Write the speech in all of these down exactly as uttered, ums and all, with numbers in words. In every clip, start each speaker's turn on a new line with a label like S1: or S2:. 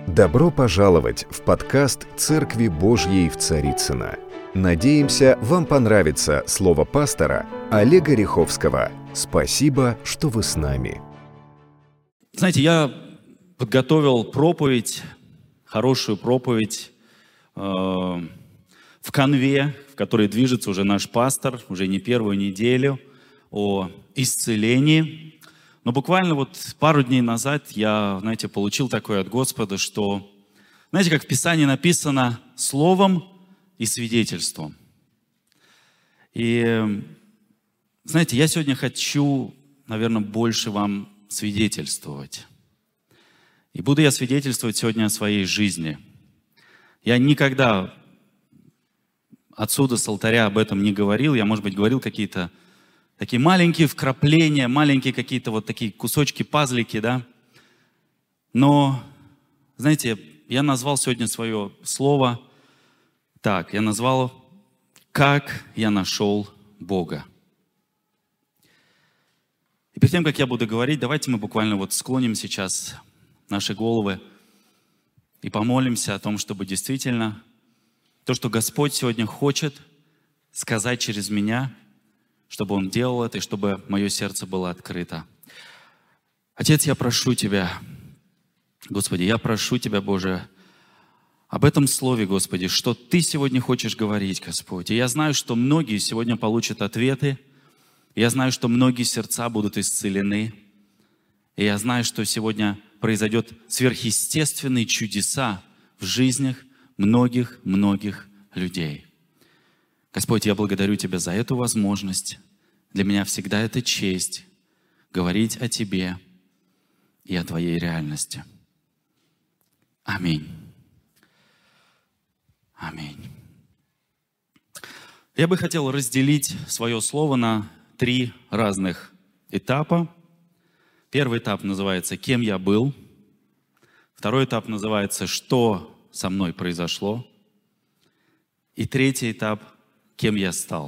S1: Добро пожаловать в подкаст «Церкви Божьей в Царицыно». Надеемся, вам понравится слово пастора Олега Риховского. Спасибо, что вы с нами.
S2: Знаете, я подготовил проповедь, хорошую проповедь э, в канве, в которой движется уже наш пастор, уже не первую неделю, о исцелении. Но буквально вот пару дней назад я, знаете, получил такое от Господа, что, знаете, как в Писании написано, словом и свидетельством. И, знаете, я сегодня хочу, наверное, больше вам свидетельствовать. И буду я свидетельствовать сегодня о своей жизни. Я никогда отсюда, с алтаря, об этом не говорил. Я, может быть, говорил какие-то такие маленькие вкрапления, маленькие какие-то вот такие кусочки, пазлики, да. Но, знаете, я назвал сегодня свое слово так. Я назвал «Как я нашел Бога». И перед тем, как я буду говорить, давайте мы буквально вот склоним сейчас наши головы и помолимся о том, чтобы действительно то, что Господь сегодня хочет сказать через меня, чтобы Он делал это, и чтобы мое сердце было открыто. Отец, я прошу Тебя, Господи, я прошу Тебя, Боже, об этом слове, Господи, что Ты сегодня хочешь говорить, Господь. И я знаю, что многие сегодня получат ответы. Я знаю, что многие сердца будут исцелены. И я знаю, что сегодня произойдет сверхъестественные чудеса в жизнях многих-многих людей. Господь, я благодарю Тебя за эту возможность. Для меня всегда это честь говорить о Тебе и о Твоей реальности. Аминь. Аминь. Я бы хотел разделить свое слово на три разных этапа. Первый этап называется «Кем я был?». Второй этап называется «Что со мной произошло?». И третий этап «Кем я стал?».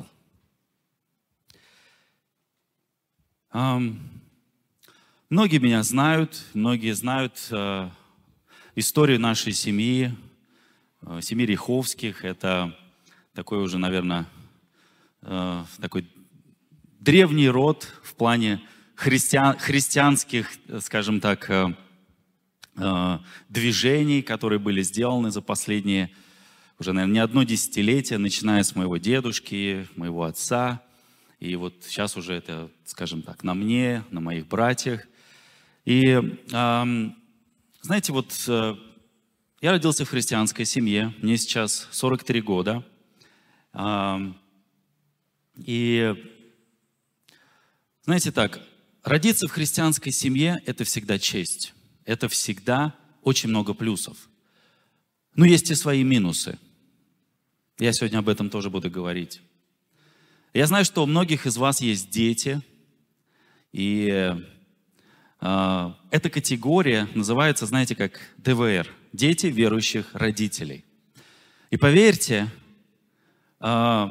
S2: Um, многие меня знают, многие знают uh, историю нашей семьи, uh, семьи Риховских. Это такой уже, наверное, uh, такой древний род в плане христиан, христианских, скажем так, uh, uh, движений, которые были сделаны за последние уже, наверное, не одно десятилетие, начиная с моего дедушки, моего отца. И вот сейчас уже это, скажем так, на мне, на моих братьях. И, э, знаете, вот э, я родился в христианской семье, мне сейчас сорок три года. Э, и, знаете так, родиться в христианской семье – это всегда честь. Это всегда очень много плюсов. Но есть и свои минусы. Я сегодня об этом тоже буду говорить. Я знаю, что у многих из вас есть дети, и э, эта категория называется, знаете, как дэ вэ эр – дети верующих родителей. И поверьте, э,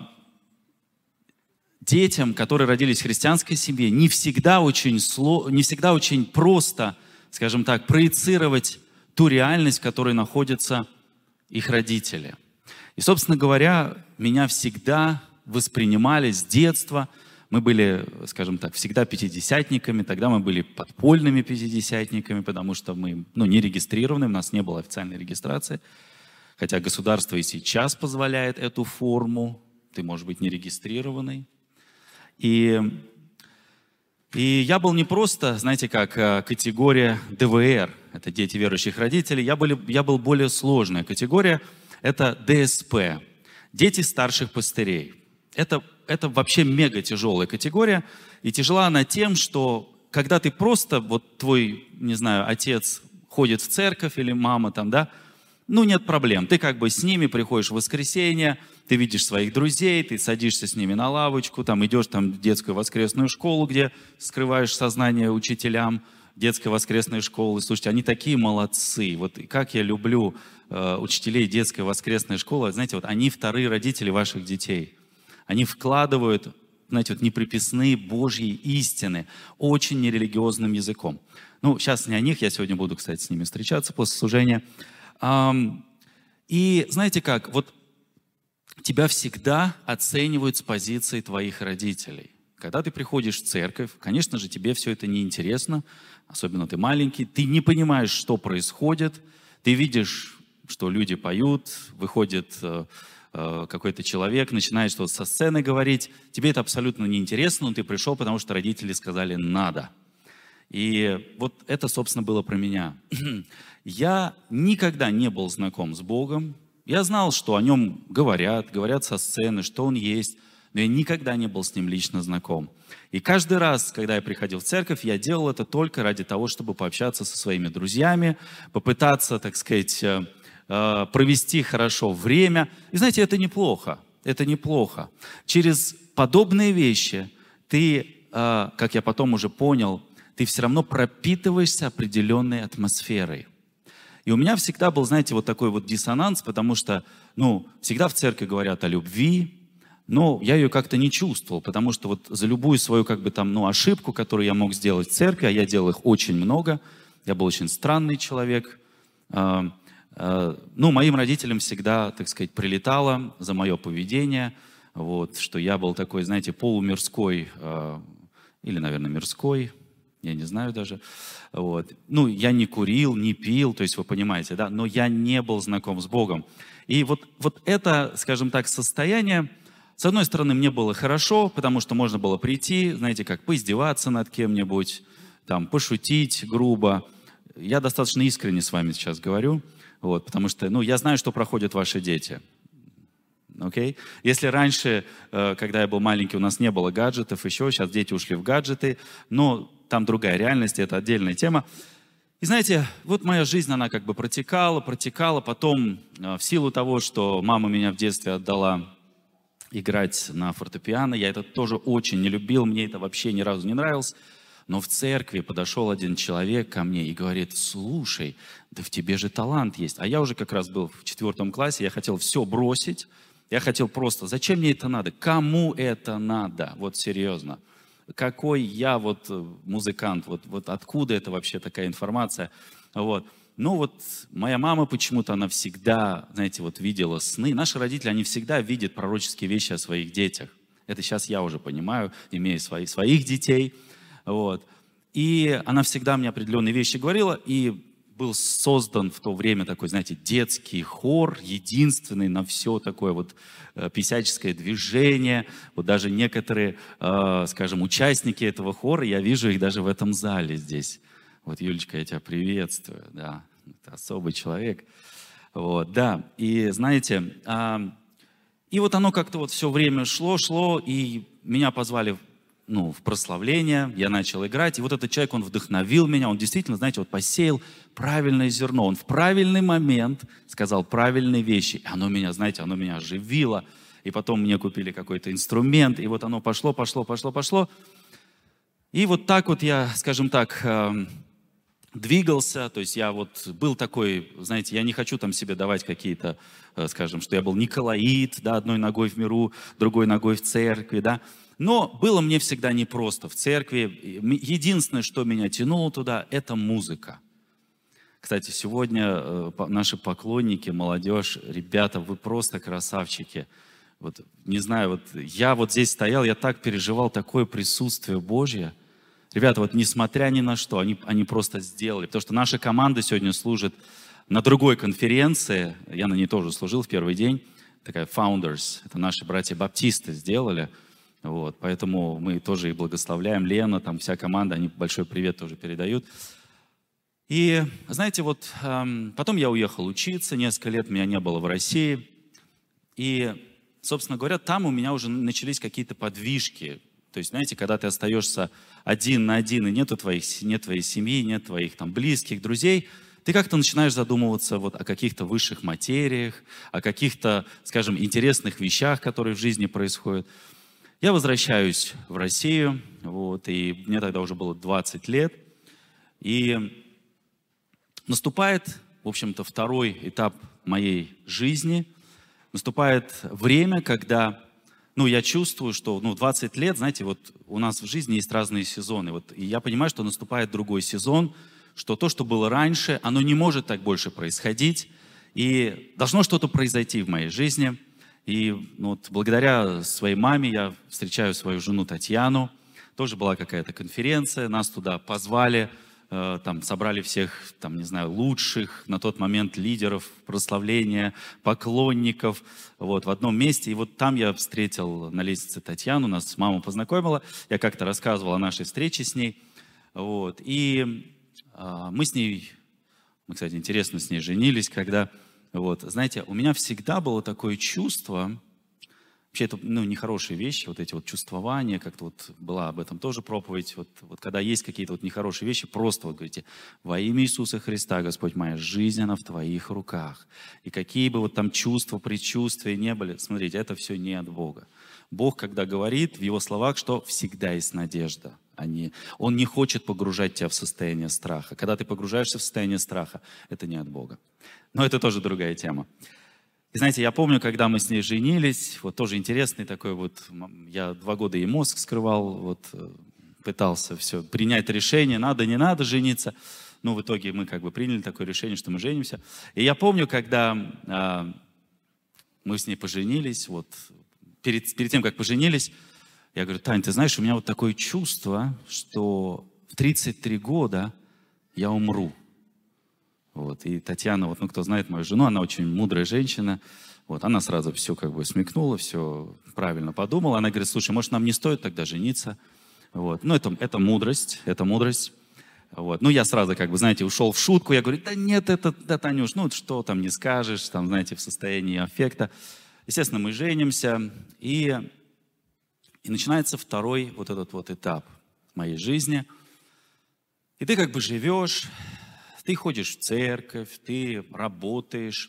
S2: детям, которые родились в христианской семье, не всегда очень, сло, не всегда очень просто, скажем так, проецировать ту реальность, в которой находятся их родители. И, собственно говоря, меня всегда воспринимали с детства. Мы были, скажем так, всегда пятидесятниками. Тогда мы были подпольными пятидесятниками, потому что мы ну, не регистрированы, у нас не было официальной регистрации. Хотя государство и сейчас позволяет эту форму. Ты можешь быть нерегистрированный. И, и я был не просто, знаете, как категория дэ вэ эр. Это дети верующих родителей. Я был, я был более сложная категория. Это дэ эс пэ. Дети старших пастырей. Это, это вообще мега тяжелая категория. И тяжела она тем, что когда ты просто, вот твой, не знаю, отец ходит в церковь или мама там, да, ну нет проблем. Ты как бы с ними приходишь в воскресенье, ты видишь своих друзей, ты садишься с ними на лавочку, там идешь там, в детскую воскресную школу, где скрываешь сознание учителям детской воскресной школы. Слушайте, они такие молодцы. Вот как я люблю э, учителей детской воскресной школы. Знаете, вот они вторые родители ваших детей. Они вкладывают, знаете, вот неприписные Божьи истины очень нерелигиозным языком. Ну, сейчас не о них, я сегодня буду, кстати, с ними встречаться после служения. И знаете как, вот тебя всегда оценивают с позиции твоих родителей. Когда ты приходишь в церковь, конечно же, тебе все это неинтересно, особенно ты маленький, ты не понимаешь, что происходит, ты видишь, что люди поют, выходит э, э, какой-то человек, начинает что-то со сцены говорить, тебе это абсолютно неинтересно, но ты пришел, потому что родители сказали «надо». И вот это, собственно, было про меня. Я никогда не был знаком с Богом. Я знал, что о нем говорят, говорят со сцены, что он есть, но я никогда не был с ним лично знаком. И каждый раз, когда я приходил в церковь, я делал это только ради того, чтобы пообщаться со своими друзьями, попытаться, так сказать, провести хорошо время. И знаете, это неплохо, это неплохо. Через подобные вещи ты, как я потом уже понял, ты все равно пропитываешься определенной атмосферой. И у меня всегда был, знаете, вот такой вот диссонанс, потому что, ну, всегда в церкви говорят о любви, но я ее как-то не чувствовал, потому что вот за любую свою, как бы там, ну, ошибку, которую я мог сделать в церкви, а я делал их очень много, я был очень странный человек, э, э, ну, моим родителям всегда, так сказать, прилетало за мое поведение, вот, что я был такой, знаете, полумирской, э, или, наверное, мирской, я не знаю даже. Вот. Ну, я не курил, не пил, то есть вы понимаете, да, но я не был знаком с Богом. И вот, вот это, скажем так, состояние, с одной стороны, мне было хорошо, потому что можно было прийти, знаете, как поиздеваться над кем-нибудь, там, пошутить грубо. Я достаточно искренне с вами сейчас говорю, вот, потому что, ну, я знаю, что проходят ваши дети. Okay? Если раньше, когда я был маленький, у нас не было гаджетов еще, сейчас дети ушли в гаджеты, но там другая реальность, это отдельная тема. И знаете, вот моя жизнь, она как бы протекала, протекала, потом в силу того, что мама меня в детстве отдала играть на фортепиано, я это тоже очень не любил, мне это вообще ни разу не нравилось, но в церкви подошел один человек ко мне и говорит: слушай, да в тебе же талант есть. А я уже как раз был в четвертом классе, я хотел все бросить, я хотел просто, зачем мне это надо, кому это надо, вот серьезно. Какой я вот музыкант, вот, вот откуда это вообще такая информация, вот. Ну вот моя мама почему-то, она всегда, знаете, вот видела сны. Наши родители, они всегда видят пророческие вещи о своих детях. Это сейчас я уже понимаю, имея свои, своих детей, вот. И она всегда мне определенные вещи говорила, и был создан в то время такой, знаете, детский хор, единственный на все такое вот писяческое движение. Вот даже некоторые, э, скажем, участники этого хора, я вижу их даже в этом зале здесь. Вот, Юлечка, я тебя приветствую, да, ты особый человек. Вот, да, и знаете, э, и вот оно как-то вот все время шло, шло, и меня позвали ну, в прославление, я начал играть, и вот этот человек, он вдохновил меня, он действительно, знаете, вот посеял правильное зерно, он в правильный момент сказал правильные вещи, и оно меня, знаете, оно меня оживило, и потом мне купили какой-то инструмент, и вот оно пошло, пошло, пошло, пошло, и вот так вот я, скажем так, э, двигался, то есть я вот был такой, знаете, я не хочу там себе давать какие-то, э, скажем, что я был Николаид, да, одной ногой в миру, другой ногой в церкви, да. Но было мне всегда непросто в церкви. Единственное, что меня тянуло туда, это музыка. Кстати, сегодня наши поклонники, молодежь, ребята, вы просто красавчики. Вот, не знаю, вот я вот здесь стоял, я так переживал такое присутствие Божье. Ребята, вот несмотря ни на что, они, они просто сделали. Потому что наша команда сегодня служит на другой конференции. Я на ней тоже служил в первый день. Такая Founders. Это наши братья-баптисты сделали. Вот, поэтому мы тоже их благословляем. Лена, там вся команда, они большой привет тоже передают. И, знаете, вот эм, потом я уехал учиться, несколько лет меня не было в России. И, собственно говоря, там у меня уже начались какие-то подвижки. То есть, знаете, когда ты остаешься один на один, и нету твоих, нет твоей семьи, нет твоих там близких, друзей, ты как-то начинаешь задумываться вот о каких-то высших материях, о каких-то, скажем, интересных вещах, которые в жизни происходят. Я возвращаюсь в Россию, вот, и мне тогда уже было двадцать лет, и наступает, в общем-то, второй этап моей жизни, наступает время, когда, ну, я чувствую, что, ну, двадцать лет, знаете, вот у нас в жизни есть разные сезоны, вот, и я понимаю, что наступает другой сезон, что то, что было раньше, оно не может так больше происходить, И должно что-то произойти в моей жизни. И ну, вот, благодаря своей маме я встречаю свою жену Татьяну. Тоже была какая-то конференция, нас туда позвали, э, там собрали всех, там, не знаю, лучших на тот момент лидеров прославления, поклонников, вот, в одном месте. И вот там я встретил на лестнице Татьяну, нас мама познакомила. Я как-то рассказывал о нашей встрече с ней. Вот, и э, мы с ней, мы, кстати, интересно с ней женились, когда... Вот, знаете, у меня всегда было такое чувство, вообще это ну, нехорошие вещи, вот эти вот чувствования, как-то вот была об этом тоже проповедь, вот, вот когда есть какие-то вот нехорошие вещи, просто вот говорите, во имя Иисуса Христа, Господь, моя жизнь, она в Твоих руках. И какие бы вот там чувства, предчувствия не были, смотрите, это все не от Бога. Бог, когда говорит в Его словах, что всегда есть надежда. Они, он не хочет погружать тебя в состояние страха. Когда ты погружаешься в состояние страха, это не от Бога. Но это тоже другая тема. И знаете, я помню, когда мы с ней женились, вот тоже интересный такой вот, я два года ей мозг скрывал, вот пытался все принять решение, надо, не надо жениться. Ну, в итоге мы как бы приняли такое решение, что мы женимся. И я помню, когда а, мы с ней поженились, вот перед, перед тем, как поженились, я говорю, Тань, ты знаешь, у меня вот такое чувство, что в тридцать три года я умру. Вот. И Татьяна, вот, ну, кто знает мою жену, она очень мудрая женщина. Вот. Она сразу все как бы смекнула, все правильно подумала. Она говорит, слушай, может, нам не стоит тогда жениться? Вот. Ну, это, это мудрость, это мудрость. Вот. Ну, я сразу, как бы, знаете, ушел в шутку. Я говорю, да нет, это, да, Танюш, ну, что там не скажешь, там, знаете, в состоянии аффекта. Естественно, мы женимся, и, и начинается второй вот этот вот этап моей жизни. И ты как бы живешь... Ты ходишь в церковь, ты работаешь,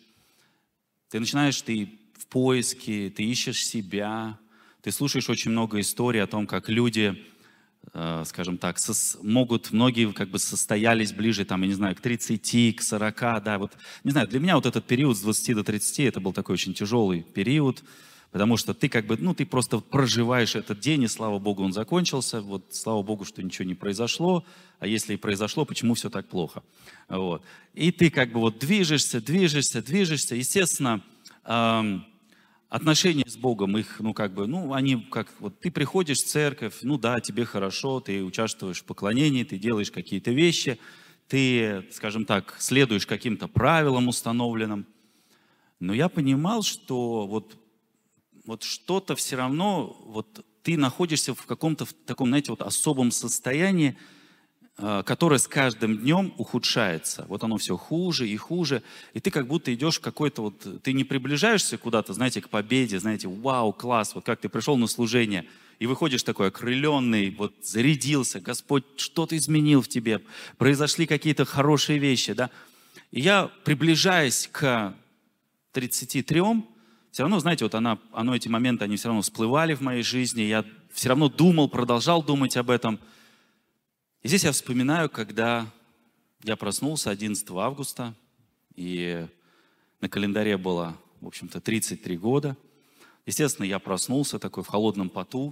S2: ты начинаешь, ты в поиске, ты ищешь себя, ты слушаешь очень много историй о том, как люди, э, скажем так, сос, могут, многие как бы состоялись ближе, там, я не знаю, к тридцати, к сорока, да, вот, не знаю, для меня вот этот период с двадцати до тридцати, это был такой очень тяжелый период, потому что ты как бы, ну, ты просто проживаешь этот день, и слава Богу, он закончился, вот, слава Богу, что ничего не произошло, а если и произошло, почему все так плохо? Вот. И ты как бы вот движешься, движешься, движешься. Естественно, эм, отношения с Богом, их, ну, как бы, ну, они как, вот ты приходишь в церковь, ну, да, тебе хорошо, ты участвуешь в поклонении, ты делаешь какие-то вещи, ты, скажем так, следуешь каким-то правилам установленным. Но я понимал, что вот, вот что-то все равно, вот ты находишься в каком-то в таком, знаете, вот особом состоянии, которое с каждым днем ухудшается. Вот оно все хуже и хуже. И ты как будто идешь в какой-то вот... Ты не приближаешься куда-то, знаете, к победе, знаете, вау, класс, вот как ты пришел на служение, и выходишь такой окрыленный, вот зарядился, Господь что-то изменил в тебе, произошли какие-то хорошие вещи, да. И я, приближаясь к тридцати трем, все равно, знаете, вот она, оно, эти моменты, они все равно всплывали в моей жизни, я все равно думал, продолжал думать об этом. И здесь я вспоминаю, когда я проснулся одиннадцатого августа, и на календаре было, в общем-то, тридцать три года. Естественно, я проснулся такой в холодном поту,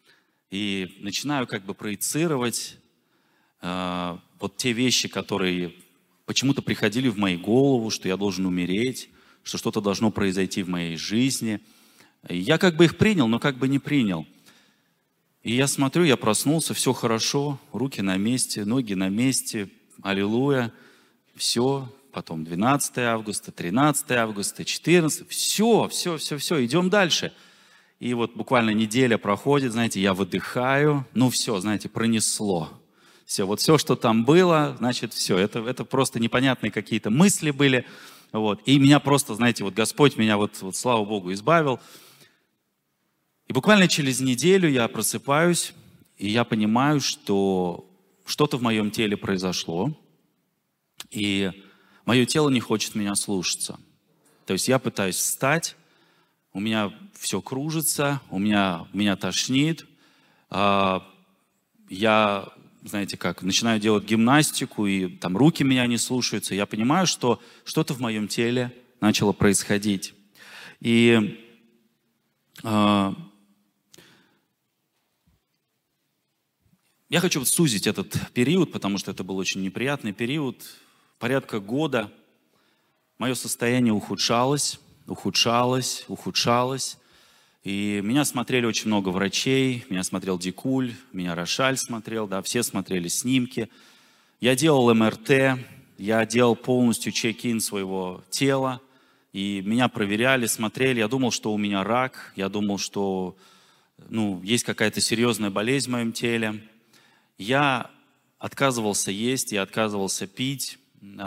S2: и начинаю как бы проецировать э, вот те вещи, которые почему-то приходили в мою голову, что я должен умереть, что что-то должно произойти в моей жизни. И я как бы их принял, но как бы не принял. И я смотрю, я проснулся, все хорошо, руки на месте, ноги на месте, аллилуйя, все. Потом двенадцатого августа, тринадцатого августа, четырнадцатого, все, все, все, все, идем дальше. И вот буквально неделя проходит, знаете, я выдыхаю, ну все, знаете, пронесло. Все, вот все, что там было, значит, все, это, это просто непонятные какие-то мысли были. Вот. И меня просто, знаете, вот Господь меня, вот, вот слава Богу, избавил. И буквально через неделю я просыпаюсь, и я понимаю, что что-то в моем теле произошло, и мое тело не хочет меня слушаться. То есть я пытаюсь встать, у меня все кружится, у меня, меня тошнит, я, знаете как, начинаю делать гимнастику, и там руки меня не слушаются. Я понимаю, что что-то в моем теле начало происходить. И я хочу вот сузить этот период, потому что это был очень неприятный период. Порядка года мое состояние ухудшалось, ухудшалось, ухудшалось. И меня смотрели очень много врачей, меня смотрел Дикуль, меня Рошаль смотрел, да, все смотрели снимки. Я делал эм эр тэ, я делал полностью чек-ин своего тела, и меня проверяли, смотрели. Я думал, что у меня рак, я думал, что ну, есть какая-то серьезная болезнь в моем теле. Я отказывался есть, я отказывался пить.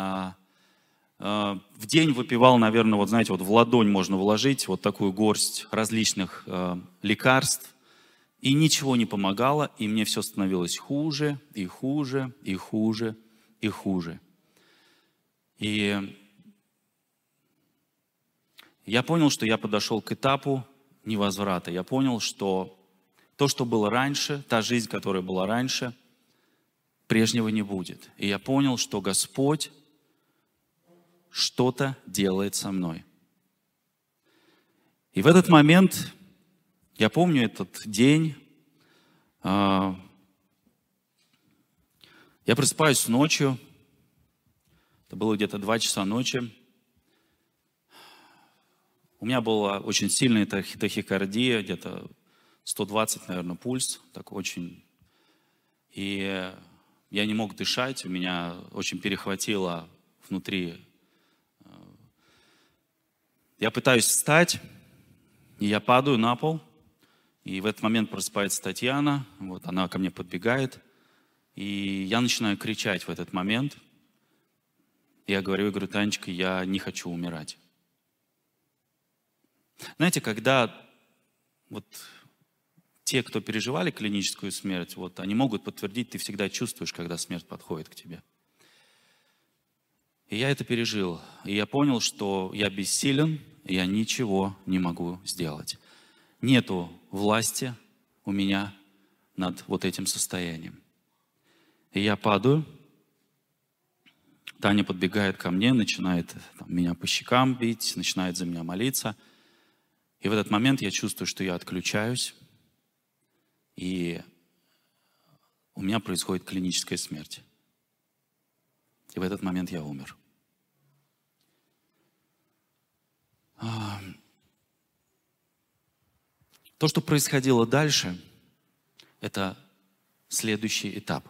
S2: В день выпивал, наверное, вот знаете, вот в ладонь можно вложить вот такую горсть различных э, лекарств, и ничего не помогало, и мне все становилось хуже, и хуже, и хуже, и хуже. И я понял, что я подошел к этапу невозврата. Я понял, что то, что было раньше, та жизнь, которая была раньше, прежнего не будет. И я понял, что Господь что-то делает со мной. И в этот момент, я помню этот день, я просыпаюсь ночью, это было где-то два часа ночи, у меня была очень сильная тахикардия, где-то сто двадцать, наверное, пульс, так очень, и я не мог дышать, у меня очень перехватило внутри. Я пытаюсь встать, и я падаю на пол, и в этот момент просыпается Татьяна, вот она ко мне подбегает, и я начинаю кричать в этот момент. Я говорю, я говорю, Танечка, я не хочу умирать. Знаете, когда вот те, кто переживали клиническую смерть, вот они могут подтвердить, ты всегда чувствуешь, когда смерть подходит к тебе. И я это пережил. И я понял, что я бессилен, и я ничего не могу сделать. Нету власти у меня над вот этим состоянием. И я падаю. Таня подбегает ко мне, начинает там, меня по щекам бить, начинает за меня молиться. И в этот момент я чувствую, что я отключаюсь. И у меня происходит клиническая смерть. И в этот момент я умер. То, что происходило дальше, это следующий этап.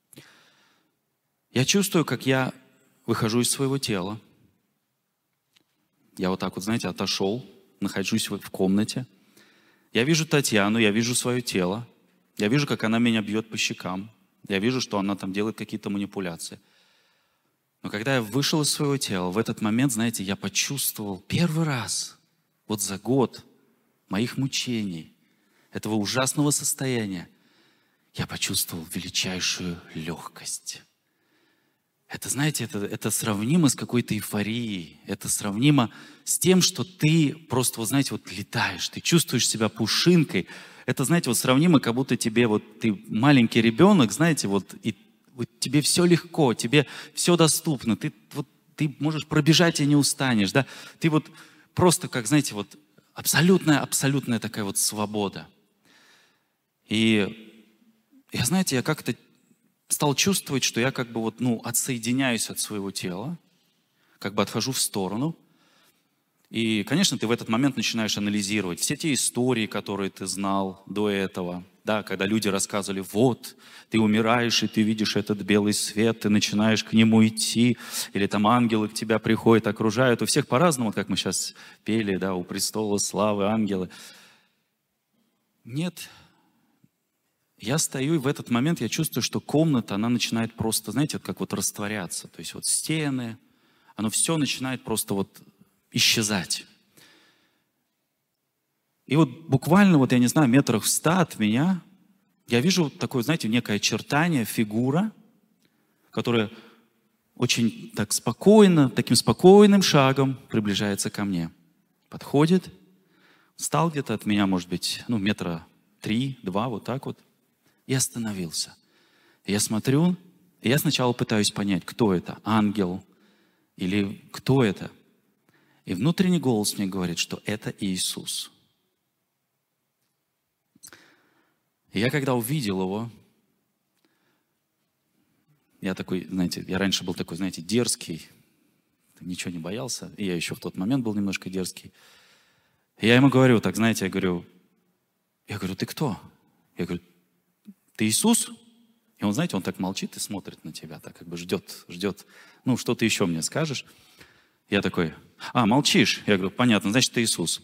S2: Я чувствую, как я выхожу из своего тела. Я вот так вот, знаете, отошел, нахожусь в комнате. Я вижу Татьяну, я вижу свое тело. Я вижу, как она меня бьет по щекам. Я вижу, что она там делает какие-то манипуляции. Но когда я вышел из своего тела, в этот момент, знаете, я почувствовал первый раз, вот за год моих мучений, этого ужасного состояния, я почувствовал величайшую легкость. Это, знаете, это, это сравнимо с какой-то эйфорией. Это сравнимо с тем, что ты просто, вот знаете, вот летаешь, ты чувствуешь себя пушинкой. Это, знаете, вот сравнимо, как будто тебе вот, ты маленький ребенок, знаете, вот, и вот тебе все легко, тебе все доступно, ты, вот, ты можешь пробежать и не устанешь, да? Ты вот просто, как, знаете, вот абсолютная, абсолютная такая вот свобода. И я, знаете, я как-то стал чувствовать, что я как бы вот, ну, отсоединяюсь от своего тела, как бы отхожу в сторону. И, конечно, ты в этот момент начинаешь анализировать все те истории, которые ты знал до этого, да, когда люди рассказывали, вот, ты умираешь, и ты видишь этот белый свет, ты начинаешь к нему идти, или там ангелы к тебе приходят, окружают, у всех по-разному, как мы сейчас пели, да, у престола славы ангелы. Нет, я стою, и в этот момент я чувствую, что комната, она начинает просто, знаете, вот как вот растворяться, то есть вот стены, оно все начинает просто вот исчезать. И вот буквально, вот я не знаю, метрах в ста от меня, я вижу такое, знаете, некое очертание, фигура, которая очень так спокойно, таким спокойным шагом приближается ко мне. Подходит, встал где-то от меня, может быть, ну, метра три, два, вот так вот, и остановился. И я смотрю, и я сначала пытаюсь понять, кто это, ангел или кто это. И внутренний голос мне говорит, что это Иисус. И я когда увидел его, я такой, знаете, я раньше был такой, знаете, дерзкий, как-то ничего не боялся. И я еще в тот момент был немножко дерзкий. И я ему говорю, так, знаете, я говорю, я говорю, ты кто? Я говорю, ты Иисус? И он, знаете, он так молчит и смотрит на тебя, так как бы ждет, ждет. Ну, что ты еще мне скажешь? Я такой, а, молчишь? Я говорю, понятно, значит, ты Иисус.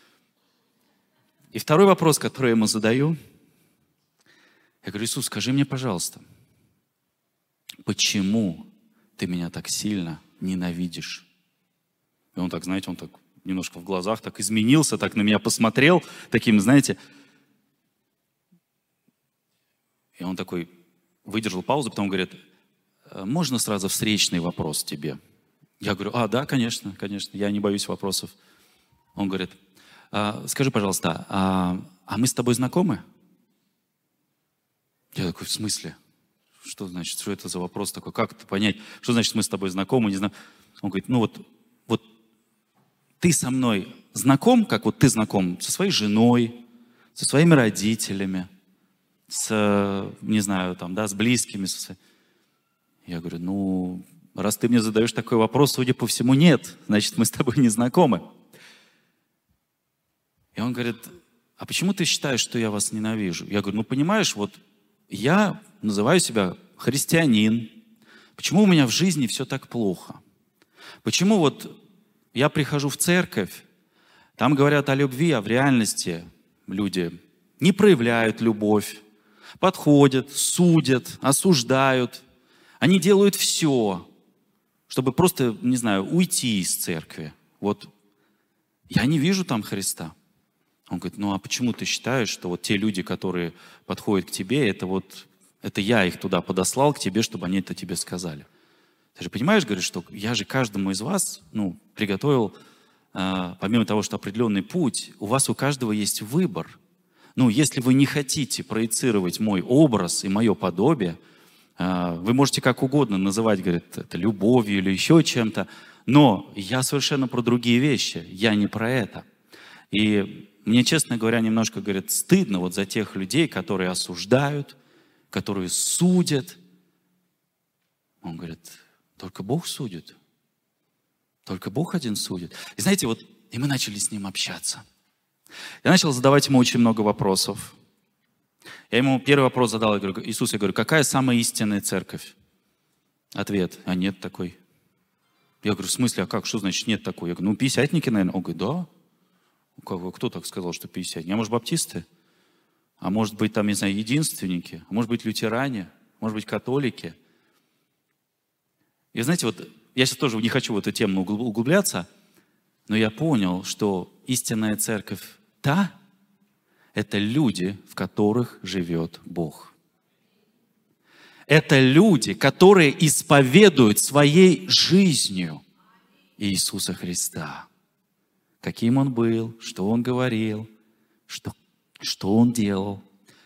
S2: И второй вопрос, который я ему задаю, я говорю, Иисус, скажи мне, пожалуйста, почему ты меня так сильно ненавидишь? И он так, знаете, он так немножко в глазах так изменился, так на меня посмотрел, таким, знаете. И он такой выдержал паузу, потом говорит, можно сразу встречный вопрос тебе? Я говорю, а, да, конечно, конечно, я не боюсь вопросов. Он говорит, а, скажи, пожалуйста, а, а мы с тобой знакомы? Я такой, в смысле? Что значит, что это за вопрос такой? Как это понять? Что значит, мы с тобой знакомы, не знаю? Он говорит, ну вот, вот ты со мной знаком, как вот ты знаком со своей женой, со своими родителями, с, не знаю, там, да, с близкими. Со... Я говорю, ну, раз ты мне задаешь такой вопрос, судя по всему, нет. Значит, мы с тобой не знакомы. И он говорит, а почему ты считаешь, что я вас ненавижу? Я говорю, ну, понимаешь, вот я называю себя христианин. Почему у меня в жизни все так плохо? Почему вот я прихожу в церковь, там говорят о любви, а в реальности люди не проявляют любовь, подходят, судят, осуждают. Они делают все, чтобы просто, не знаю, уйти из церкви. Вот я не вижу там Христа. Он говорит, ну а почему ты считаешь, что вот те люди, которые подходят к тебе, это вот, это я их туда подослал к тебе, чтобы они это тебе сказали. Ты же понимаешь, говорит, что я же каждому из вас, ну, приготовил, э, помимо того, что определенный путь, у вас у каждого есть выбор. Ну, если вы не хотите проецировать мой образ и мое подобие, э, вы можете как угодно называть, говорит, это любовью или еще чем-то, но я совершенно про другие вещи, я не про это. И мне, честно говоря, немножко, говорит, стыдно вот за тех людей, которые осуждают, которые судят. Он говорит, только Бог судит. Только Бог один судит. И знаете, вот, и мы начали с ним общаться. Я начал задавать ему очень много вопросов. Я ему первый вопрос задал, я говорю, Иисус, я говорю, какая самая истинная церковь? Ответ, а нет такой. Я говорю, в смысле, а как, что значит нет такой? Я говорю, ну, пятидесятники, наверное. Он говорит, да. Кто так сказал, что пятидесятники? А может, баптисты? А может быть, там, не знаю, единственники? А может быть, лютеране? Может быть, католики? И знаете, вот я сейчас тоже не хочу в эту тему углубляться, но я понял, что истинная церковь та, это люди, в которых живет Бог. Это люди, которые исповедуют своей жизнью Иисуса Христа. Каким Он был, что Он говорил, что, что Он делал.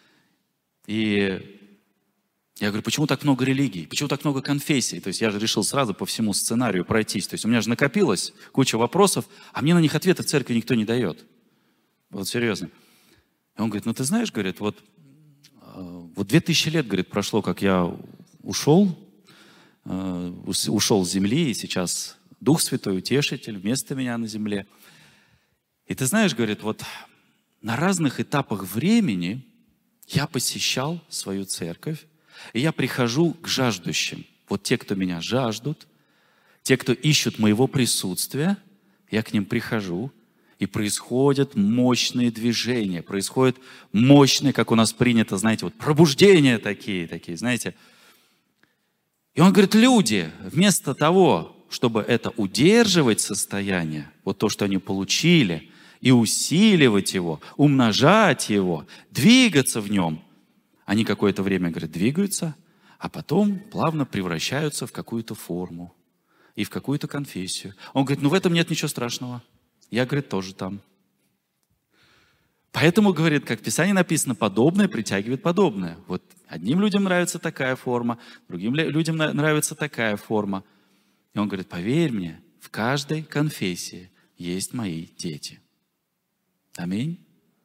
S2: И я говорю, почему так много религий, почему так много конфессий? То есть я же решил сразу по всему сценарию пройтись. То есть у меня же накопилось куча вопросов, а мне на них ответа в церкви никто не дает. Вот серьезно. И он говорит, ну ты знаешь, говорит, вот, вот две тысячи лет, говорит, прошло, как я ушел, ушел с земли, и сейчас Дух Святой, Утешитель, вместо меня на земле. И ты знаешь, говорит, вот на разных этапах времени я посещал свою церковь, и я прихожу к жаждущим. Вот те, кто меня жаждут, те, кто ищут моего присутствия, я к ним прихожу, и происходят мощные движения, происходят мощные, как у нас принято, знаете, вот пробуждения такие, такие, знаете. И он говорит, люди, вместо того, чтобы это удерживать состояние, вот то, что они получили, и усиливать его, умножать его, двигаться в нем, они какое-то время, говорят, двигаются, а потом плавно превращаются в какую-то форму и в какую-то конфессию. Он говорит, ну в этом нет ничего страшного. Я, говорит, тоже там. Поэтому, говорит, как в Писании написано, подобное притягивает подобное. Вот одним людям нравится такая форма, другим людям нравится такая форма. И он говорит, поверь мне, в каждой конфессии есть мои дети. Аминь.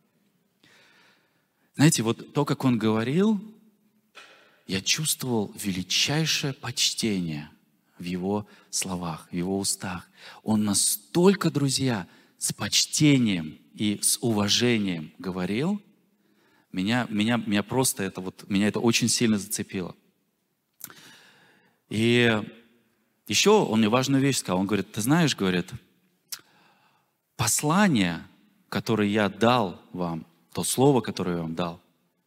S2: Знаете, вот то, как он говорил, я чувствовал величайшее почтение, в Его словах, в Его устах. Он настолько, друзья, с почтением и с уважением говорил, меня, меня, меня просто это, вот, меня это очень сильно зацепило. И еще он мне важную вещь сказал. Он говорит, ты знаешь, говорит, послание, которое я дал вам, то слово, которое я вам дал,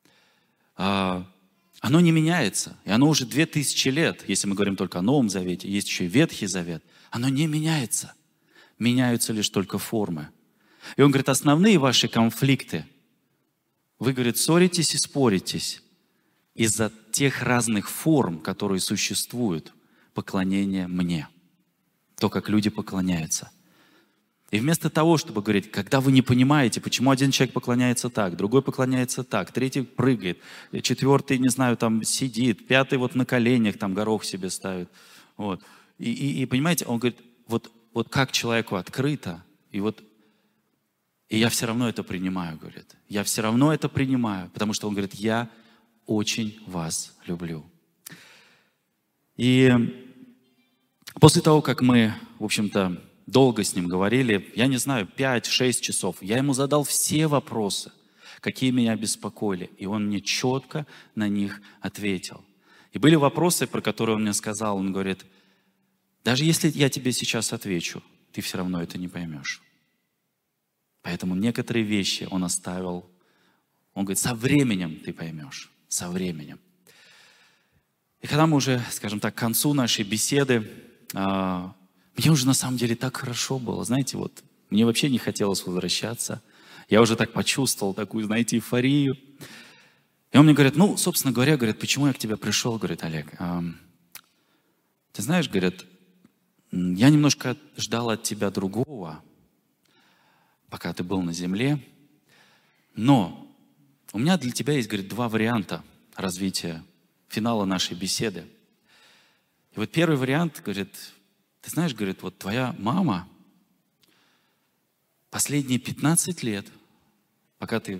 S2: оно не меняется. И оно уже две тысячи лет, если мы говорим только о Новом Завете, есть еще и Ветхий Завет, оно не меняется. Меняются лишь только формы. И он говорит, основные ваши конфликты, вы, говорит, ссоритесь и споритесь из-за тех разных форм, которые существуют, поклонения мне. То, как люди поклоняются. И вместо того, чтобы говорить, когда вы не понимаете, почему один человек поклоняется так, другой поклоняется так, третий прыгает, четвертый, не знаю, там сидит, пятый вот на коленях там горох себе ставит. Вот. И, и, и понимаете, он говорит, вот, вот как человеку открыто, и вот и я все равно это принимаю, говорит. Я все равно это принимаю, потому что он говорит, я очень вас люблю. И после того, как мы, в общем-то, долго с ним говорили, я не знаю, пять-шесть часов, я ему задал все вопросы, какие меня беспокоили, и он мне четко на них ответил. И были вопросы, про которые он мне сказал, он говорит, даже если я тебе сейчас отвечу, ты все равно это не поймешь. Поэтому некоторые вещи он оставил, он говорит, со временем ты поймешь, со временем. И когда мы уже, скажем так, к концу нашей беседы, мне уже на самом деле так хорошо было, знаете, вот мне вообще не хотелось возвращаться. Я уже так почувствовал такую, знаете, эйфорию. И он мне говорит, ну, собственно говоря, говорит, почему я к тебе пришел, говорит, Олег. А, ты знаешь, говорит, я немножко ждал от тебя другого, пока ты был на земле. Но у меня для тебя есть, говорит, два варианта развития финала нашей беседы. И вот первый вариант, говорит, ты знаешь, говорит, вот твоя мама последние пятнадцать лет, пока ты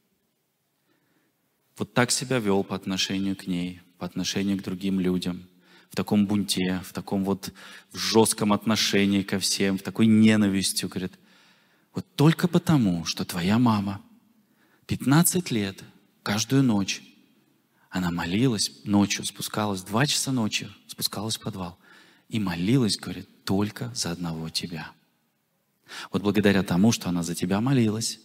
S2: вот так себя вел по отношению к ней, по отношению к другим людям, в таком бунте, в таком вот жестком отношении ко всем, в такой ненавистью, говорит, вот только потому, что твоя мама пятнадцать лет, каждую ночь, она молилась ночью, спускалась в два часа ночи, спускалась в подвал и молилась, говорит, только за одного тебя. Вот благодаря тому, что она за тебя молилась,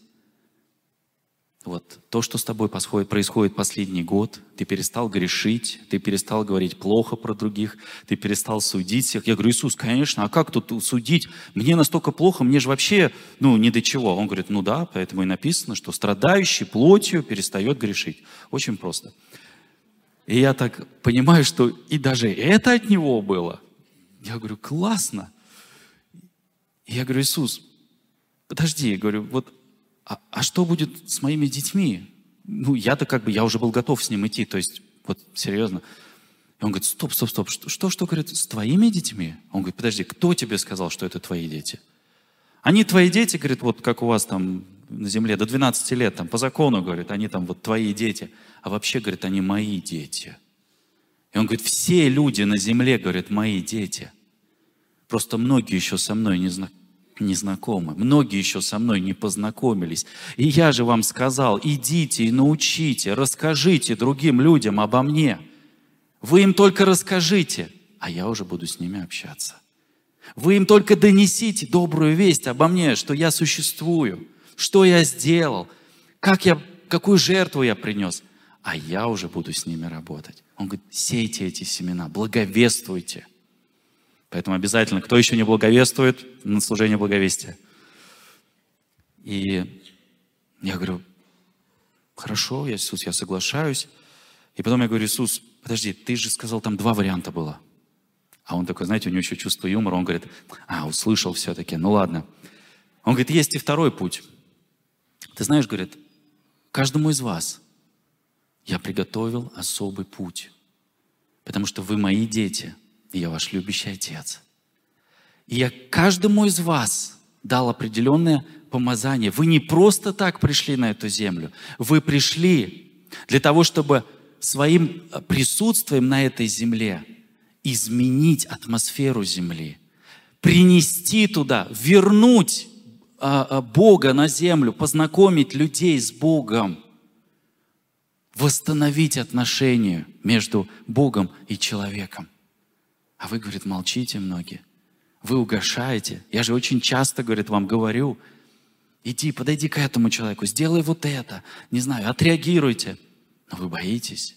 S2: вот то, что с тобой происходит последний год, ты перестал грешить, ты перестал говорить плохо про других, ты перестал судить всех. Я говорю, Иисус, конечно, а как тут судить? Мне настолько плохо, мне же вообще, ну, ни до чего. Он говорит, ну да, поэтому и написано, что страдающий плотью перестает грешить. Очень просто. И я так понимаю, что и даже это от него было. Я говорю, классно. И я говорю, Иисус, подожди, я говорю, вот, а, а что будет с моими детьми? Ну, я-то как бы, я уже был готов с ним идти, то есть, вот, серьезно. И он говорит, стоп, стоп, стоп, что, что, что, говорит, с твоими детьми? Он говорит, подожди, кто тебе сказал, что это твои дети? Они твои дети, говорит, вот как у вас там на земле, до двенадцати лет, там, по закону, говорит, они там вот твои дети. А вообще, говорит, они мои дети. И он говорит, все люди на земле, говорит, мои дети. Просто многие еще со мной не, зна- не знакомы. Многие еще со мной не познакомились. И я же вам сказал, идите и научите, расскажите другим людям обо мне. Вы им только расскажите, а я уже буду с ними общаться. Вы им только донесите добрую весть обо мне, что я существую, что я сделал, как я, какую жертву я принес. А я уже буду с ними работать. Он говорит, сейте эти семена, благовествуйте. Поэтому обязательно, кто еще не благовествует, на служение благовестия. И я говорю, хорошо, Иисус, я соглашаюсь. И потом я говорю, Иисус, подожди, ты же сказал, там два варианта было. А он такой, знаете, у него еще чувство юмора, он говорит, а, услышал все-таки, ну ладно. Он говорит, есть и второй путь. Ты знаешь, говорит, каждому из вас я приготовил особый путь, потому что вы мои дети, и я ваш любящий Отец. И я каждому из вас дал определенное помазание. Вы не просто так пришли на эту землю. Вы пришли для того, чтобы своим присутствием на этой земле изменить атмосферу земли, принести туда, вернуть а, а, Бога на землю, познакомить людей с Богом, восстановить отношения между Богом и человеком. А вы, говорит, молчите многие. Вы угошаете. Я же очень часто, говорит, вам говорю, иди, подойди к этому человеку, сделай вот это. Не знаю, отреагируйте. Но вы боитесь.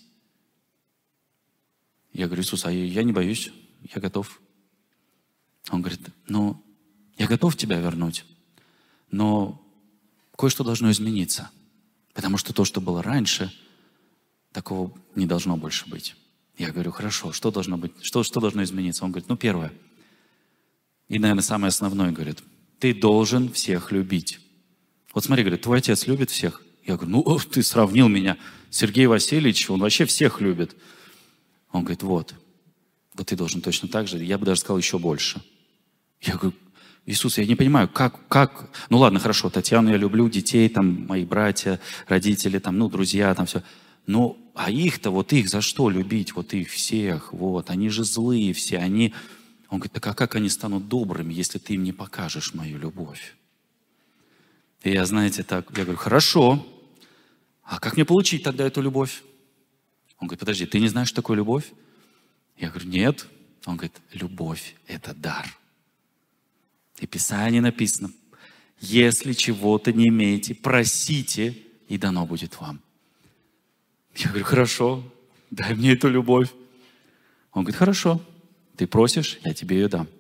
S2: Я говорю: Иисус, а я не боюсь, я готов. Он говорит: ну, я готов тебя вернуть, но кое-что должно измениться. Потому что то, что было раньше, такого не должно больше быть. Я говорю: хорошо, что должно быть, что, что должно измениться? Он говорит: ну, первое, и, наверное, самое основное, говорит, ты должен всех любить. Вот смотри, говорит, твой отец любит всех? Я говорю: ну, ты сравнил меня. Сергей Васильевич, он вообще всех любит. Он говорит: вот, вот ты должен точно так же, я бы даже сказал, еще больше. Я говорю: Иисус, я не понимаю, как, как, ну ладно, хорошо, Татьяну я люблю, детей, там, мои братья, родители, там, ну, друзья, там, все. Ну, а их-то, вот их за что любить? Вот их всех, вот, они же злые все, они... Он говорит: так а как они станут добрыми, если ты им не покажешь мою любовь? И я, знаете, так, я говорю: хорошо, а как мне получить тогда эту любовь? Он говорит: подожди, ты не знаешь, что такое любовь? Я говорю: нет. Он говорит: любовь – это дар. И в Писании написано: если чего-то не имеете, просите, и дано будет вам. Я говорю: хорошо, дай мне эту любовь. Он говорит: хорошо, ты просишь, я тебе ее дам.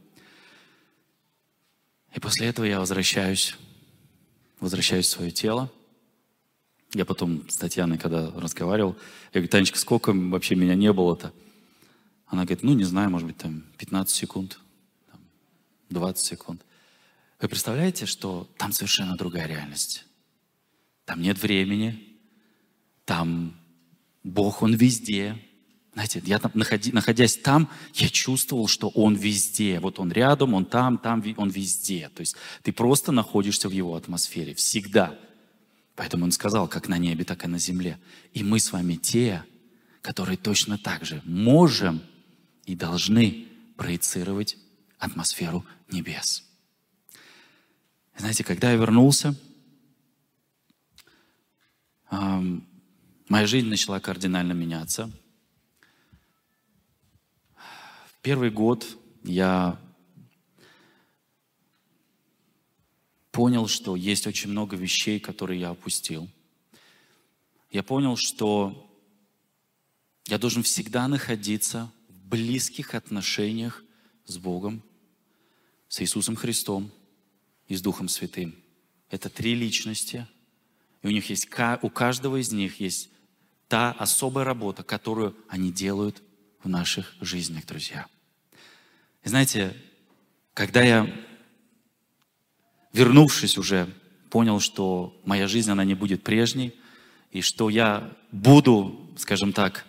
S2: И после этого я возвращаюсь, возвращаюсь в свое тело. Я потом с Татьяной, когда разговаривал, я говорю: Танечка, сколько вообще меня не было-то? Она говорит: ну, не знаю, может быть, там пятнадцать секунд, двадцать секунд. Вы представляете, что там совершенно другая реальность? Там нет времени, там Бог, Он везде. Знаете, я там, находи, находясь там, я чувствовал, что Он везде. Вот Он рядом, Он там, там, Он везде. То есть ты просто находишься в Его атмосфере всегда. Поэтому Он сказал, как на небе, так и на земле. И мы с вами те, которые точно так же можем и должны проецировать атмосферу небес. Знаете, когда я вернулся, эм, моя жизнь начала кардинально меняться. В первый год я понял, что есть очень много вещей, которые я опустил. Я понял, что я должен всегда находиться в близких отношениях с Богом, с Иисусом Христом и с Духом Святым. Это три личности, и у них есть, у каждого из них есть та особая работа, которую они делают в наших жизнях, друзья. И знаете, когда я, вернувшись уже, понял, что моя жизнь, она не будет прежней, и что я буду, скажем так,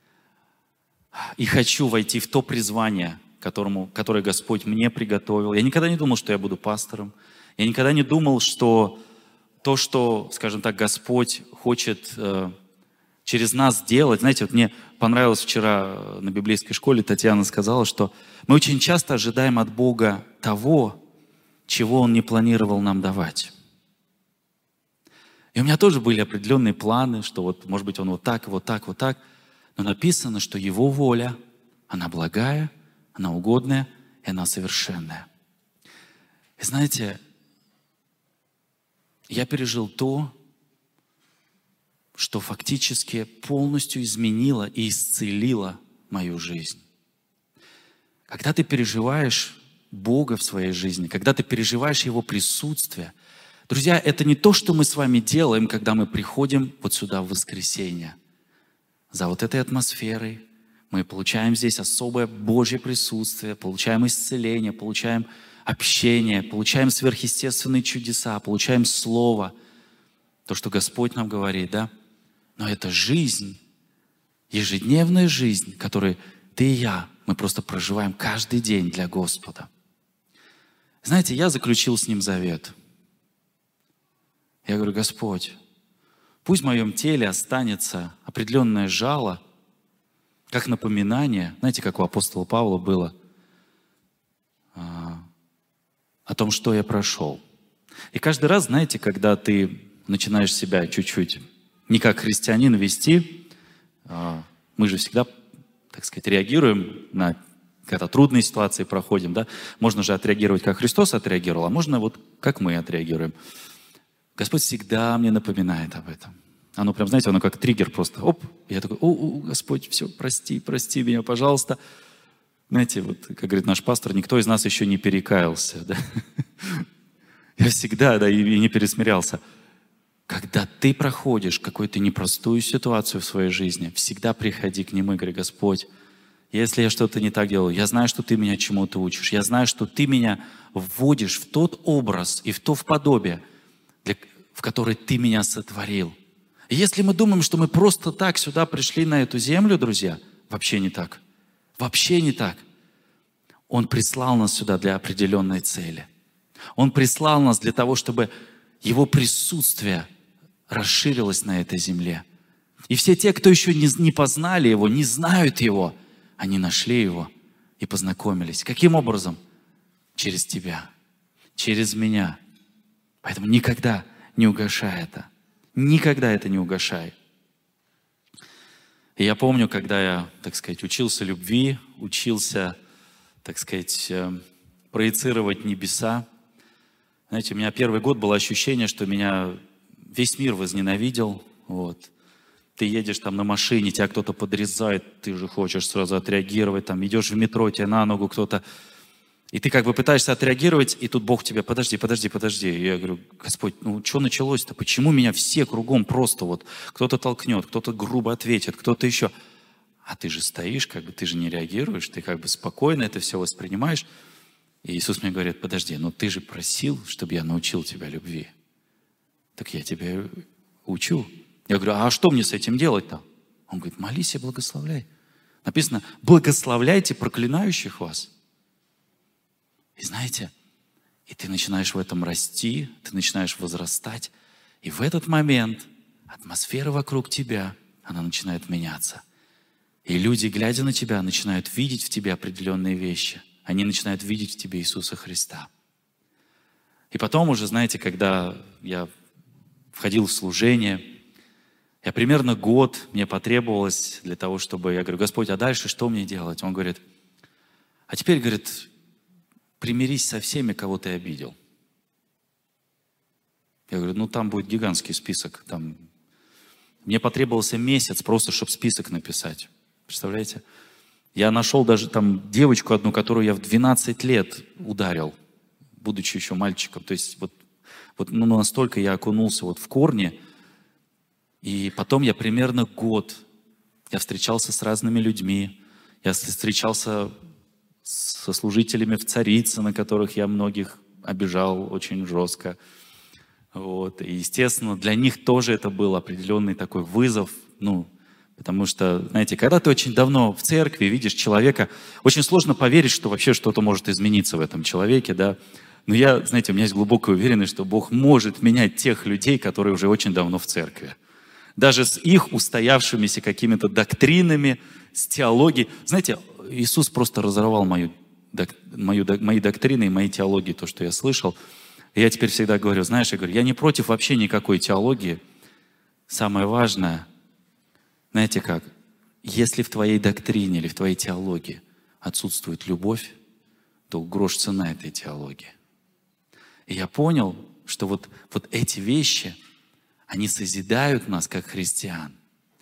S2: и хочу войти в то призвание, которому, которое Господь мне приготовил. Я никогда не думал, что я буду пастором. Я никогда не думал, что то, что, скажем так, Господь хочет э, через нас делать. Знаете, вот мне понравилось вчера на библейской школе, Татьяна сказала, что мы очень часто ожидаем от Бога того, чего Он не планировал нам давать. И у меня тоже были определенные планы, что вот, может быть, Он вот так, вот так, вот так. Но написано, что Его воля, она благая, она угодная, и она совершенная. И знаете, я пережил то, что фактически полностью изменило и исцелило мою жизнь. Когда ты переживаешь Бога в своей жизни, когда ты переживаешь Его присутствие, друзья, это не то, что мы с вами делаем, когда мы приходим вот сюда в воскресенье. За вот этой атмосферой мы получаем здесь особое Божье присутствие, получаем исцеление, получаем общение, получаем сверхъестественные чудеса, получаем Слово, то, что Господь нам говорит, да? Но это жизнь, ежедневная жизнь, которую ты и я, мы просто проживаем каждый день для Господа. Знаете, я заключил с Ним завет. Я говорю: Господь, пусть в моем теле останется определенное жало, как напоминание, знаете, как у апостола Павла было, а, о том, что я прошел. И каждый раз, знаете, когда ты начинаешь себя чуть-чуть не как христианин вести, а, мы же всегда, так сказать, реагируем на, когда трудные ситуации проходим, да, можно же отреагировать, как Христос отреагировал, а можно вот как мы отреагируем. Господь всегда мне напоминает об этом. Оно прям, знаете, оно как триггер просто. Оп, и я такой, о, о, Господь, все, прости, прости меня, пожалуйста. Знаете, вот, как говорит наш пастор, никто из нас еще не перекаялся. Да? Я всегда, да, и не пересмирялся. Когда ты проходишь какую-то непростую ситуацию в своей жизни, всегда приходи к Нему и говори, Господь, если я что-то не так делаю, я знаю, что Ты меня чему-то учишь, я знаю, что Ты меня вводишь в тот образ и в то в подобие, для, в который Ты меня сотворил. И если мы думаем, что мы просто так сюда пришли на эту землю, друзья, вообще не так. Вообще не так. Он прислал нас сюда для определенной цели. Он прислал нас для того, чтобы Его присутствие расширилось на этой земле. И все те, кто еще не, не познали Его, не знают Его, они нашли Его и познакомились. Каким образом? Через тебя, через меня. Поэтому никогда не угашай это. Никогда это не угашай. И я помню, когда я, так сказать, учился любви, учился, так сказать, проецировать небеса. Знаете, у меня первый год было ощущение, что меня весь мир возненавидел. Вот. Ты едешь там на машине, тебя кто-то подрезает, ты же хочешь сразу отреагировать, там идешь в метро, тебе на ногу кто-то... И ты как бы пытаешься отреагировать, и тут Бог тебе, подожди, подожди, подожди. И я говорю, Господь, ну что началось-то? Почему меня все кругом просто вот кто-то толкнет, кто-то грубо ответит, кто-то еще... А ты же стоишь, как бы ты же не реагируешь, ты как бы спокойно это все воспринимаешь. И Иисус мне говорит, подожди, но ты же просил, чтобы я научил тебя любви. Так я тебя учу. Я говорю, а что мне с этим делать-то? Он говорит, молись и благословляй. Написано, благословляйте проклинающих вас. И знаете, и ты начинаешь в этом расти, ты начинаешь возрастать. И в этот момент атмосфера вокруг тебя, она начинает меняться. И люди, глядя на тебя, начинают видеть в тебе определенные вещи. Они начинают видеть в тебе Иисуса Христа. И потом уже, знаете, когда я входил в служение, я примерно год мне потребовалось для того, чтобы... Я говорю, Господь, а дальше что мне делать? Он говорит, а теперь, говорит, примирись со всеми, кого ты обидел. Я говорю, ну там будет гигантский список. Там... Мне потребовался месяц просто, чтобы список написать. Представляете? Я нашел даже там девочку одну, которую я в двенадцать лет ударил, будучи еще мальчиком. То есть вот, вот ну, настолько я окунулся вот в корни. И потом я примерно год, я встречался с разными людьми, я встречался со служителями в Царицыно, которых я многих обижал очень жестко. Вот. И, естественно, для них тоже это был определенный такой вызов, ну, потому что, знаете, когда ты очень давно в церкви видишь человека, очень сложно поверить, что вообще что-то может измениться в этом человеке, да. Но я, знаете, у меня есть глубокая уверенность, что Бог может менять тех людей, которые уже очень давно в церкви. Даже с их устоявшимися какими-то доктринами, с теологией. Знаете, Иисус просто разорвал мою, док, мою, мои доктрины и мои теологии, то, что я слышал. И я теперь всегда говорю, знаешь, я говорю, я не против вообще никакой теологии. Самое важное, знаете как, если в твоей доктрине или в твоей теологии отсутствует любовь, то грош цена этой теологии. И я понял, что вот, вот эти вещи, они созидают нас, как христиан.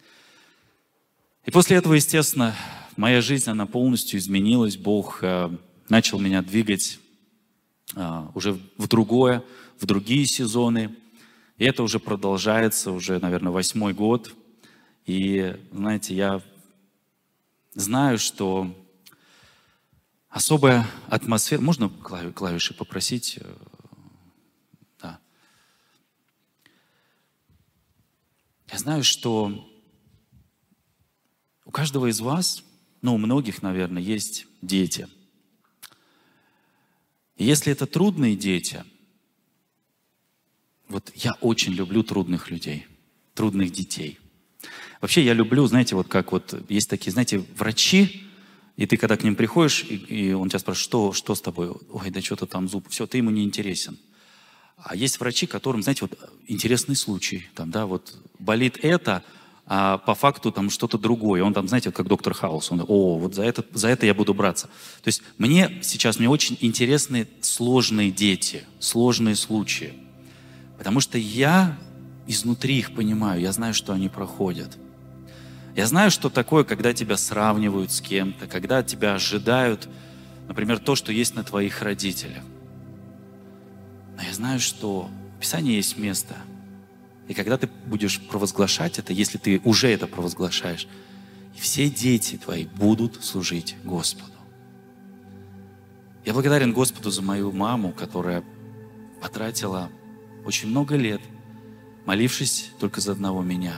S2: И после этого, естественно, моя жизнь, она полностью изменилась. Бог э, начал меня двигать э, уже в другое, в другие сезоны. И это уже продолжается, уже, наверное, восьмой год. И, знаете, я знаю, что особая атмосфера... Можно клавиши попросить? Да. Я знаю, что у каждого из вас, ну, у многих, наверное, есть дети. И если это трудные дети, вот я очень люблю трудных людей, трудных детей. Вообще я люблю, знаете, вот как вот есть такие, знаете, врачи, и ты когда к ним приходишь, и, и он тебя спрашивает, что, что с тобой? Ой, да что-то там зуб, все, ты ему не интересен. А есть врачи, которым, знаете, вот интересный случай, там, да, вот болит это, а по факту там что-то другое. Он там, знаете, как доктор Хаус, он, о, вот за это, за это я буду браться. То есть мне сейчас, мне очень интересны сложные дети, сложные случаи. Потому что я изнутри их понимаю, я знаю, что они проходят. Я знаю, что такое, когда тебя сравнивают с кем-то, когда тебя ожидают, например, то, что есть на твоих родителях. Но я знаю, что в Писании есть место. И когда ты будешь провозглашать это, если ты уже это провозглашаешь, и все дети твои будут служить Господу. Я благодарен Господу за мою маму, которая потратила очень много лет, молившись только за одного меня.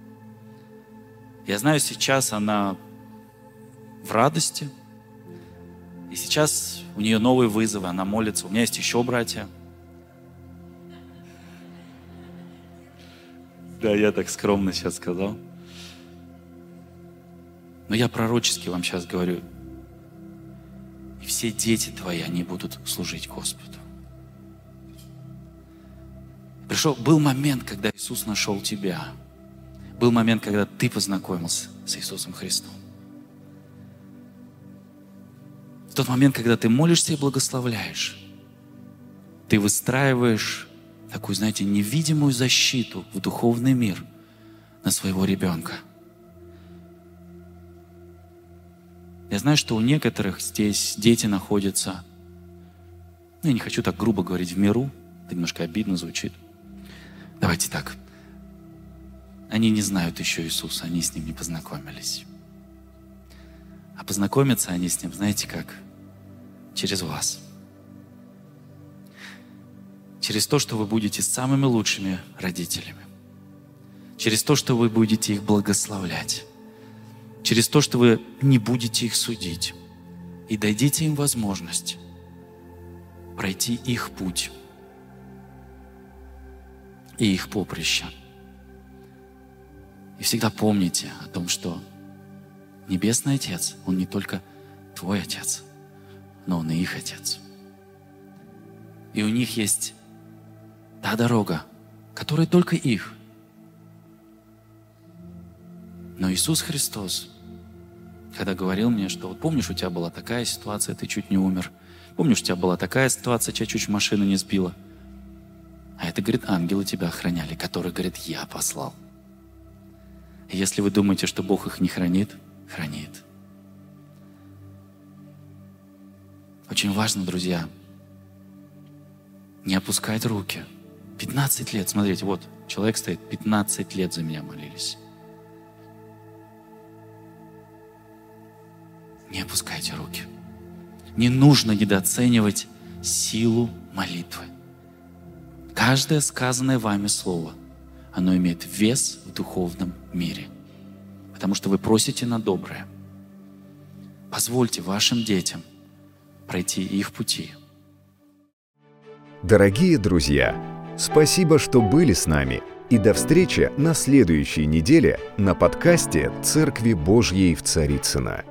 S2: Я знаю, сейчас она в радости, и сейчас у нее новые вызовы, она молится. У меня есть еще братья. Да, я так скромно сейчас сказал. Но я пророчески вам сейчас говорю, и все дети твои, они будут служить Господу. Пришел, был момент, когда Иисус нашел тебя. Был момент, когда ты познакомился с Иисусом Христом. В тот момент, когда ты молишься и благословляешь, ты выстраиваешь такую, знаете, невидимую защиту в духовный мир на своего ребенка. Я знаю, что у некоторых здесь дети находятся, ну, я не хочу так грубо говорить, в миру, это немножко обидно звучит. Давайте так. Они не знают еще Иисуса, они с Ним не познакомились. А познакомятся они с Ним, знаете как? Через вас. Через то, что вы будете самыми лучшими родителями. Через то, что вы будете их благословлять. Через то, что вы не будете их судить. И дадите им возможность пройти их путь и их поприще. И всегда помните о том, что Небесный Отец, Он не только твой Отец, но Он и их Отец. И у них есть та дорога, которая только их. Но Иисус Христос, когда говорил мне, что вот помнишь, у тебя была такая ситуация, ты чуть не умер. Помнишь, у тебя была такая ситуация, тебя чуть машина не сбила. А это, говорит, ангелы тебя охраняли, которые, говорит, я послал. И если вы думаете, что Бог их не хранит, хранит. Очень важно, друзья, не опускать руки. пятнадцать лет, смотрите, вот, человек стоит, пятнадцать лет за меня молились. Не опускайте руки. Не нужно недооценивать силу молитвы. Каждое сказанное вами слово, оно имеет вес в духовном мире. Потому что вы просите на доброе. Позвольте вашим детям пройти их пути.
S1: Дорогие друзья, спасибо, что были с нами. И до встречи на следующей неделе на подкасте «Церкви Божьей в Царицыно».